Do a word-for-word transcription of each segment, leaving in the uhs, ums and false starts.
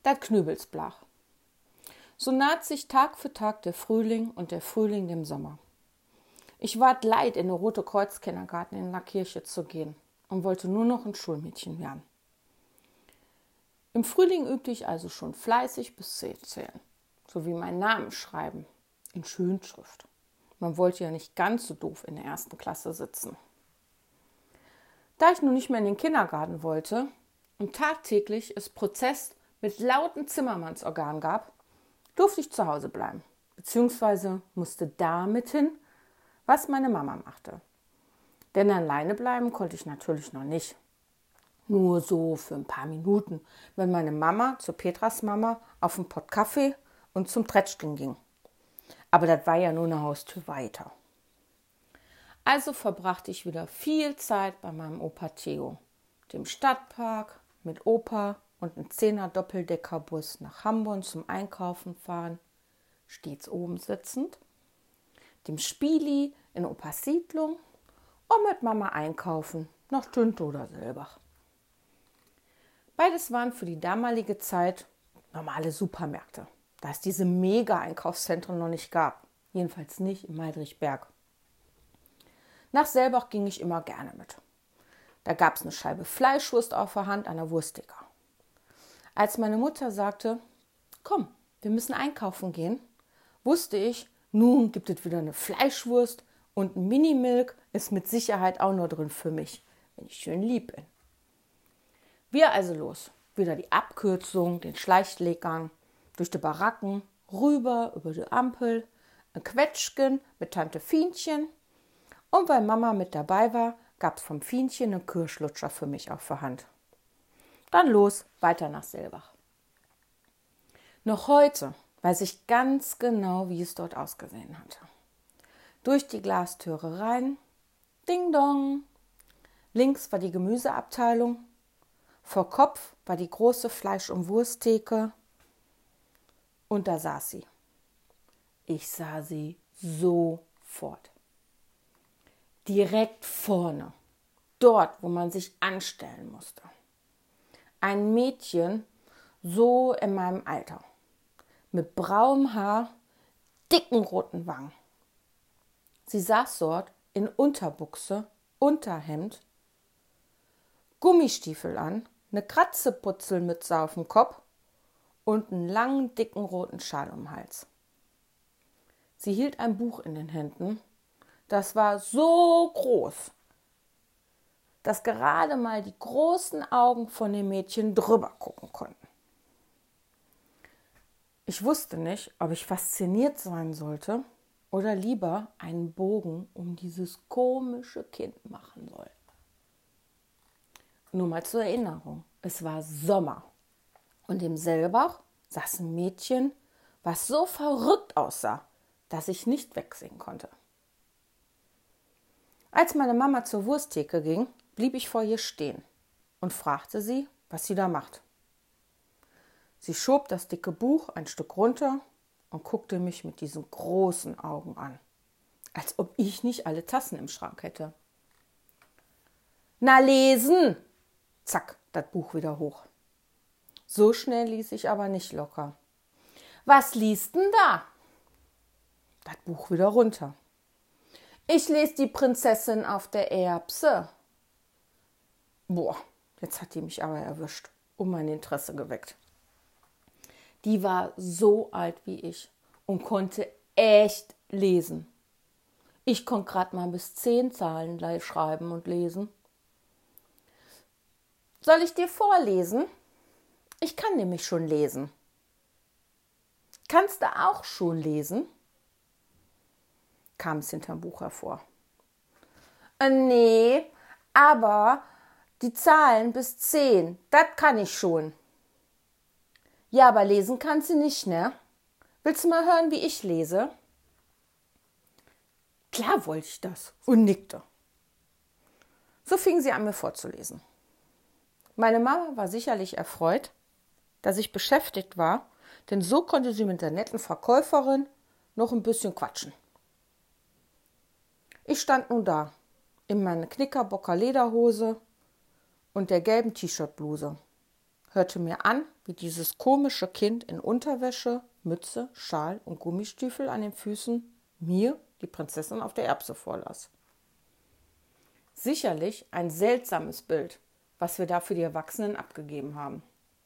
dat Knübelsblach. So naht sich Tag für Tag der Frühling und der Frühling dem Sommer. Ich ward leid, in den Rote Kreuz Kindergarten in der Kirche zu gehen und wollte nur noch ein Schulmädchen werden. Im Frühling übte ich also schon fleißig bis zehn zählen, sowie meinen Namen schreiben, in Schönschrift. Man wollte ja nicht ganz so doof in der ersten Klasse sitzen. Da ich nun nicht mehr in den Kindergarten wollte und tagtäglich es Prozess mit lauten Zimmermannsorganen gab, durfte ich zu Hause bleiben, beziehungsweise musste damit hin, was meine Mama machte. Denn alleine bleiben konnte ich natürlich noch nicht. Nur so für ein paar Minuten, wenn meine Mama zu Petras Mama auf den Pott Kaffee und zum Tretschgen ging. Aber das war ja nur eine Haustür weiter. Also verbrachte ich wieder viel Zeit bei meinem Opa Theo, dem Stadtpark, mit Opa und einem Zehner-Doppeldeckerbus nach Hamburg zum Einkaufen fahren, stets oben sitzend, dem Spieli in Opas Siedlung und mit Mama einkaufen, nach Tünte oder Selbach. Beides waren für die damalige Zeit normale Supermärkte, da es diese Mega-Einkaufszentren noch nicht gab, jedenfalls nicht in Meidrichberg. Nach Selbach ging ich immer gerne mit. Da gab es eine Scheibe Fleischwurst auf der Hand an der Wursttheke. Als meine Mutter sagte, komm, wir müssen einkaufen gehen, wusste ich, nun gibt es wieder eine Fleischwurst und ein Minimilk ist mit Sicherheit auch nur drin für mich, wenn ich schön lieb bin. Wir also los, wieder die Abkürzung, den Schleichweggang, durch die Baracken, rüber über die Ampel, ein Quetschgen mit Tante Fienchen. Und weil Mama mit dabei war, gab es vom Fienchen einen Kirschlutscher für mich auf der Hand. Dann los, weiter nach Selbach. Noch heute weiß ich ganz genau, wie es dort ausgesehen hatte. Durch die Glastüre rein, Ding Dong. Links war die Gemüseabteilung, vor Kopf war die große Fleisch- und Wursttheke und da saß sie. Ich sah sie sofort. Direkt vorne, dort, wo man sich anstellen musste. Ein Mädchen, so in meinem Alter, mit braunem Haar, dicken roten Wangen. Sie saß dort in Unterbuchse, Unterhemd, Gummistiefel an, eine Kratzeputzelmütze auf dem Kopf und einen langen, dicken roten Schal um den Hals. Sie hielt ein Buch in den Händen. Das war so groß, dass gerade mal die großen Augen von dem Mädchen drüber gucken konnten. Ich wusste nicht, ob ich fasziniert sein sollte oder lieber einen Bogen um dieses komische Kind machen soll. Nur mal zur Erinnerung, es war Sommer und im Selbach saß ein Mädchen, was so verrückt aussah, dass ich nicht wegsehen konnte. Als meine Mama zur Wursttheke ging, blieb ich vor ihr stehen und fragte sie, was sie da macht. Sie schob das dicke Buch ein Stück runter und guckte mich mit diesen großen Augen an, als ob ich nicht alle Tassen im Schrank hätte. Na lesen! Zack, das Buch wieder hoch. So schnell ließ ich aber nicht locker. Was liest denn da? Das Buch wieder runter. Ich lese die Prinzessin auf der Erbse. Boah, jetzt hat die mich aber erwischt und mein Interesse geweckt. Die war so alt wie ich und konnte echt lesen. Ich konnte gerade mal bis zehn Zahlen schreiben und lesen. Soll ich dir vorlesen? Ich kann nämlich schon lesen. Kannst du auch schon lesen? Kam es hinterm Buch hervor. Äh, nee, aber die Zahlen bis zehn, das kann ich schon. Ja, aber lesen kannst du nicht, ne? Willst du mal hören, wie ich lese? Klar wollte ich das und nickte. So fing sie an, mir vorzulesen. Meine Mama war sicherlich erfreut, dass ich beschäftigt war, denn so konnte sie mit der netten Verkäuferin noch ein bisschen quatschen. Ich stand nun da, in meiner Knickerbocker Lederhose und der gelben T-Shirt-Bluse. hörte mir an, wie dieses komische Kind in Unterwäsche, Mütze, Schal und Gummistiefel an den Füßen mir, die Prinzessin auf der Erbse, vorlas. Sicherlich ein seltsames Bild, was wir da für die Erwachsenen abgegeben haben.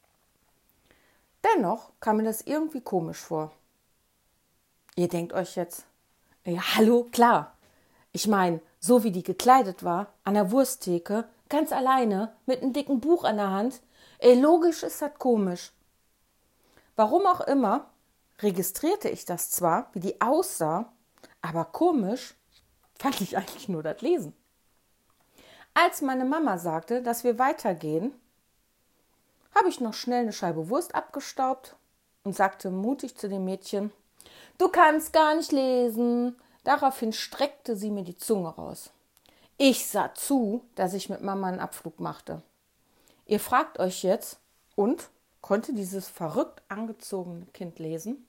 Dennoch kam mir das irgendwie komisch vor. Ihr denkt euch jetzt, ja, hallo, klar. Ich meine, so wie die gekleidet war, an der Wursttheke, ganz alleine, mit einem dicken Buch an der Hand, ey, logisch ist das komisch. Warum auch immer, registrierte ich das zwar, wie die aussah, aber komisch fand ich eigentlich nur das Lesen. Als meine Mama sagte, dass wir weitergehen, habe ich noch schnell eine Scheibe Wurst abgestaubt und sagte mutig zu dem Mädchen, du kannst gar nicht lesen. Daraufhin streckte sie mir die Zunge raus. Ich sah zu, dass ich mit Mama einen Abflug machte. Ihr fragt euch jetzt, und? Konnte dieses verrückt angezogene Kind lesen?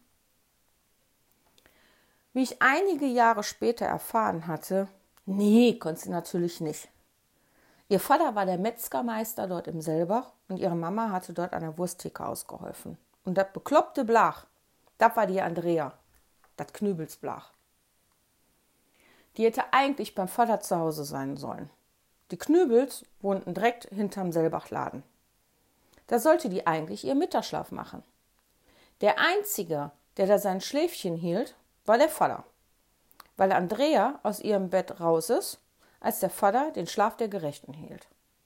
Wie ich einige Jahre später erfahren hatte, nee, konnte sie natürlich nicht. Ihr Vater war der Metzgermeister dort im Selbach und ihre Mama hatte dort an der Wursttheke ausgeholfen. Und das bekloppte Blach, das war die Andrea, das Knübelsblach. Die hätte eigentlich beim Vater zu Hause sein sollen. Die Knübels wohnten direkt hinterm Selbachladen. Da sollte die eigentlich ihren Mittagsschlaf machen. Der Einzige, der da sein Schläfchen hielt, war der Vater. Weil Andrea aus ihrem Bett raus ist, als der Vater den Schlaf der Gerechten hielt.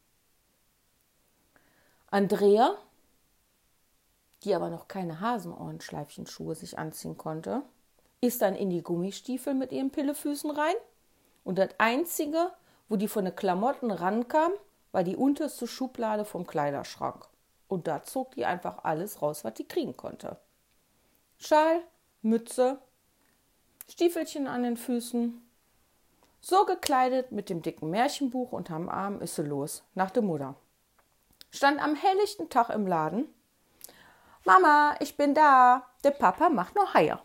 Andrea, die aber noch keine Hasenohrenschleifchenschuhe sich anziehen konnte, ist dann in die Gummistiefel mit ihren Pillefüßen rein und das Einzige, wo die von den Klamotten rankam, war die unterste Schublade vom Kleiderschrank. Und da zog die einfach alles raus, was die kriegen konnte. Schal, Mütze, Stiefelchen an den Füßen. So gekleidet mit dem dicken Märchenbuch unterm Arm ist sie los, nach der Mutter. Stand am helllichten Tag im Laden. Mama, ich bin da, der Papa macht noch Eier.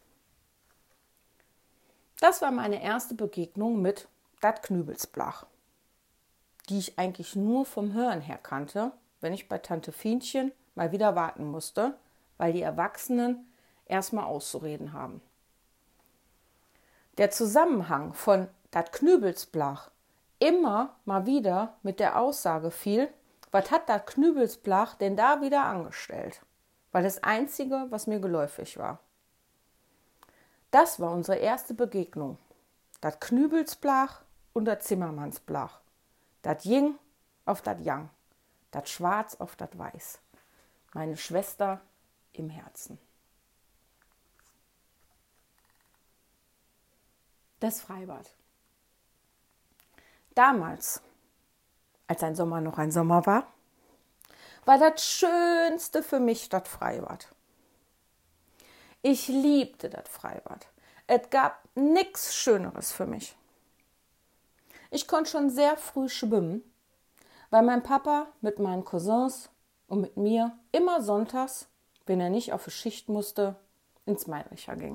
Das war meine erste Begegnung mit dat Knübelsblach, die ich eigentlich nur vom Hören her kannte, wenn ich bei Tante Fienchen mal wieder warten musste, weil die Erwachsenen erstmal auszureden haben. Der Zusammenhang von dat Knübelsblach immer mal wieder mit der Aussage fiel, was hat dat Knübelsblach denn da wieder angestellt? War das Einzige, was mir geläufig war. Das war unsere erste Begegnung. Dat Knübelsblach und dat Zimmermannsblach. Dat Ying auf dat Yang. Dat Schwarz auf dat Weiß. Meine Schwester im Herzen. Das Freibad. Damals, als ein Sommer noch ein Sommer war, war das Schönste für mich das Freibad. Ich liebte das Freibad. Es gab nichts Schöneres für mich. Ich konnte schon sehr früh schwimmen, weil mein Papa mit meinen Cousins und mit mir immer sonntags, wenn er nicht auf die Schicht musste, ins Meidericher ging.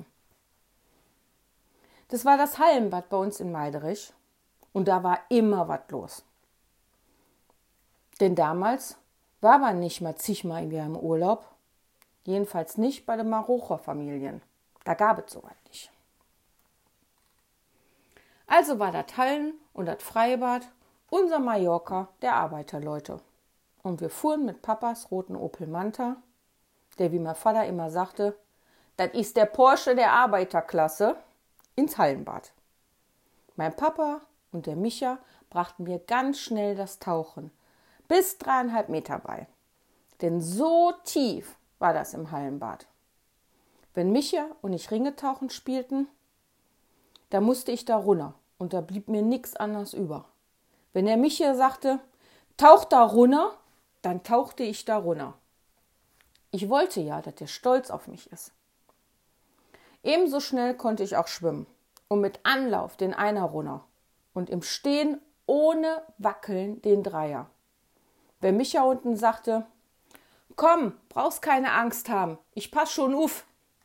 Das war das Hallenbad bei uns in Meiderich und da war immer was los. Denn damals war man nicht mal zigmal im Jahr im Urlaub, jedenfalls nicht bei den Marocher-Familien. Da gab es sowas nicht. Also war das Hallen- und das Freibad unser Mallorca der Arbeiterleute. Und wir fuhren mit Papas roten Opel Manta, der, wie mein Vater immer sagte, das ist der Porsche der Arbeiterklasse, ins Hallenbad. Mein Papa und der Micha brachten mir ganz schnell das Tauchen, bis dreieinhalb Meter bei. Denn so tief war das im Hallenbad. Wenn Micha und ich Ringetauchen spielten, da musste ich da runter und da blieb mir nichts anderes über. Wenn der Micha sagte, tauch da runter, dann tauchte ich da runter. Ich wollte ja, dass der stolz auf mich ist. Ebenso schnell konnte ich auch schwimmen und mit Anlauf den Einer runter und im Stehen ohne Wackeln den Dreier. Wenn Micha unten sagte, komm, brauchst keine Angst haben, ich pass schon auf.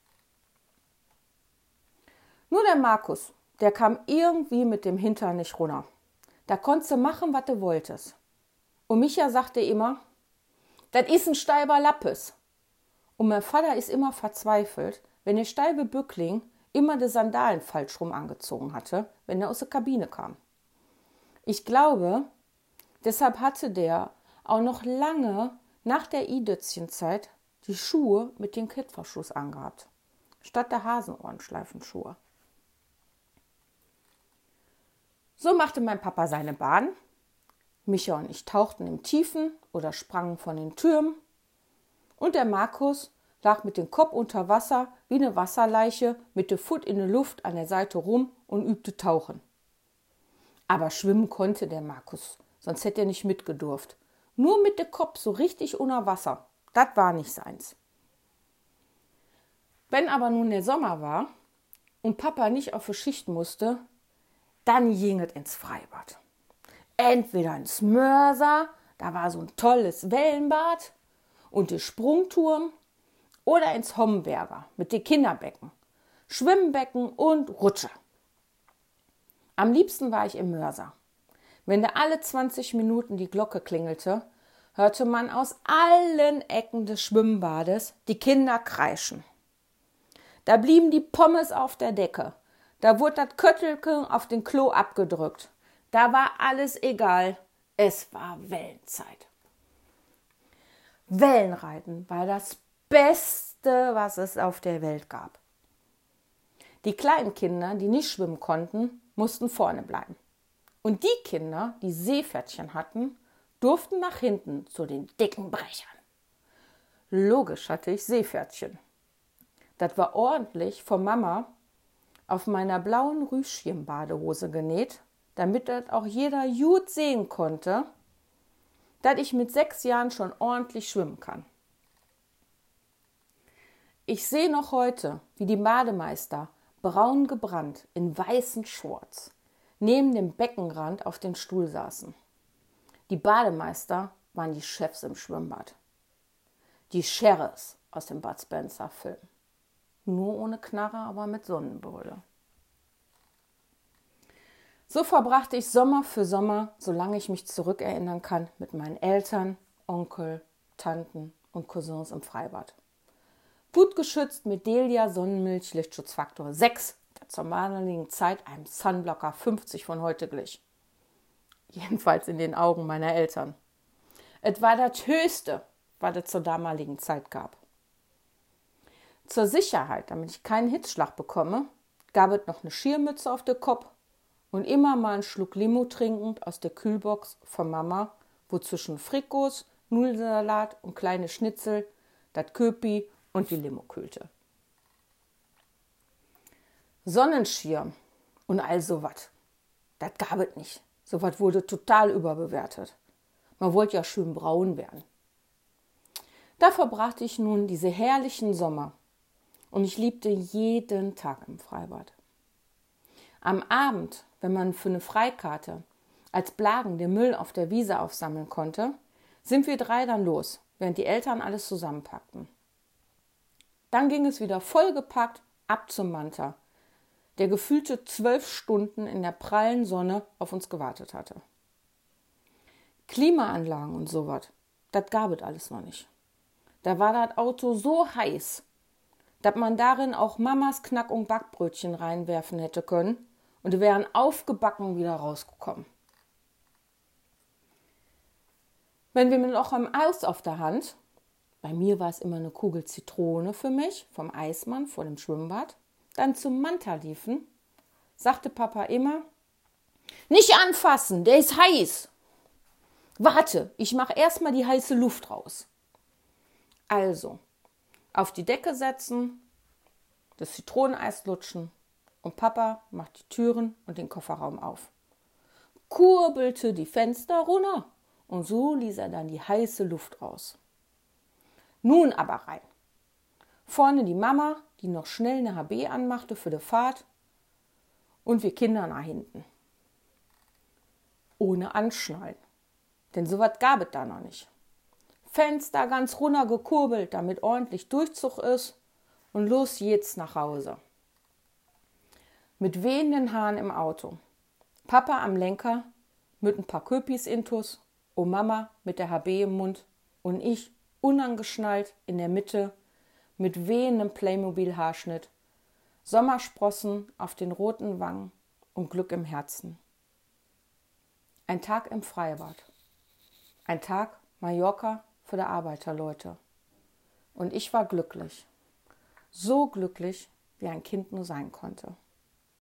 Nur der Markus, der kam irgendwie mit dem Hintern nicht runter. Da konntest du machen, was du wolltest. Und Micha sagte immer, Das ist ein steiber Lappes. Und mein Vater ist immer verzweifelt, wenn der steibe Bückling immer die Sandalen falsch rum angezogen hatte, wenn er aus der Kabine kam. Ich glaube, deshalb hatte der auch noch lange nach der I-Dötzchenzeit die Schuhe mit dem Klettverschluss angehabt, statt der Hasenohrenschleifenschuhe. So machte mein Papa seine Bahn. Micha und ich tauchten im Tiefen oder sprangen von den Türmen. Und der Markus lag mit dem Kopf unter Wasser wie eine Wasserleiche mit dem Futt in der Luft an der Seite rum und übte Tauchen. Aber schwimmen konnte der Markus, sonst hätte er nicht mitgedurft. Nur mit dem Kopf so richtig unter Wasser, das war nicht seins. Wenn aber nun der Sommer war und Papa nicht auf die Schicht musste, dann ging es ins Freibad. Entweder ins Mörser, da war so ein tolles Wellenbad und der Sprungturm, oder ins Homberger mit den Kinderbecken, Schwimmbecken und Rutsche. Am liebsten war ich im Mörser. Wenn da alle zwanzig Minuten die Glocke klingelte, hörte man aus allen Ecken des Schwimmbades die Kinder kreischen. Da blieben die Pommes auf der Decke, da wurde das Köttelchen auf den Klo abgedrückt. Da war alles egal, es war Wellenzeit. Wellenreiten war das Beste, was es auf der Welt gab. Die kleinen Kinder, die nicht schwimmen konnten, mussten vorne bleiben. Und die Kinder, die Seepferdchen hatten, durften nach hinten zu den dicken Brechern. Logisch hatte ich Seepferdchen. Das war ordentlich von Mama auf meiner blauen Rüschchen-Badehose genäht, damit das auch jeder gut sehen konnte, dass ich mit sechs Jahren schon ordentlich schwimmen kann. Ich sehe noch heute, wie die Bademeister, braun gebrannt, in weißen Shorts, neben dem Beckenrand auf den Stuhl saßen. Die Bademeister waren die Chefs im Schwimmbad. Die Sheriffs aus dem Bud Spencer-Film. Nur ohne Knarre, aber mit Sonnenbrille. So verbrachte ich Sommer für Sommer, solange ich mich zurückerinnern kann, mit meinen Eltern, Onkel, Tanten und Cousins im Freibad. Gut geschützt mit Delia Sonnenmilch Lichtschutzfaktor sechs, der zur damaligen Zeit einem Sunblocker fünfzig von heute glich. Jedenfalls in den Augen meiner Eltern. Es war das Höchste, was es zur damaligen Zeit gab. Zur Sicherheit, damit ich keinen Hitzschlag bekomme, gab es noch eine Schirmmütze auf den Kopf und immer mal einen Schluck Limo trinkend aus der Kühlbox von Mama, wo zwischen Frikos, Nudelsalat und kleine Schnitzel das Köpi und die Limo kühlte. Sonnenschirm und all sowas, das gab es nicht. Sowas wurde total überbewertet. Man wollte ja schön braun werden. Da verbrachte ich nun diese herrlichen Sommer und ich liebte jeden Tag im Freibad. Am Abend, wenn man für eine Freikarte als Blagen den Müll auf der Wiese aufsammeln konnte, sind wir drei dann los, während die Eltern alles zusammenpackten. Dann ging es wieder vollgepackt ab zum Manta, der gefühlte zwölf Stunden in der prallen Sonne auf uns gewartet hatte. Klimaanlagen und sowas, das gab es alles noch nicht. Da war das Auto so heiß, dass man darin auch Mamas Knack- und Backbrötchen reinwerfen hätte können und die wären aufgebacken wieder rausgekommen. Wenn wir mit noch einem Eis auf der Hand, bei mir war es immer eine Kugel Zitrone für mich, vom Eismann vor dem Schwimmbad, dann zum Manta liefen, sagte Papa immer, nicht anfassen, der ist heiß. Warte, ich mache erstmal die heiße Luft raus. Also, auf die Decke setzen, das Zitroneneis lutschen und Papa macht die Türen und den Kofferraum auf. Kurbelte die Fenster runter und so ließ er dann die heiße Luft raus. Nun aber rein. Vorne die Mama, die noch schnell eine H B anmachte für die Fahrt und wir Kinder nach hinten. Ohne Anschnallen, denn sowas gab es da noch nicht. Fenster ganz runter gekurbelt, damit ordentlich Durchzug ist und los geht's nach Hause. Mit wehenden Haaren im Auto. Papa am Lenker mit ein paar Köpis intus und Mama mit der H B im Mund und ich unangeschnallt in der Mitte, mit wehendem Playmobil-Haarschnitt, Sommersprossen auf den roten Wangen und Glück im Herzen. Ein Tag im Freibad. Ein Tag Mallorca für die Arbeiterleute. Und ich war glücklich. So glücklich, wie ein Kind nur sein konnte.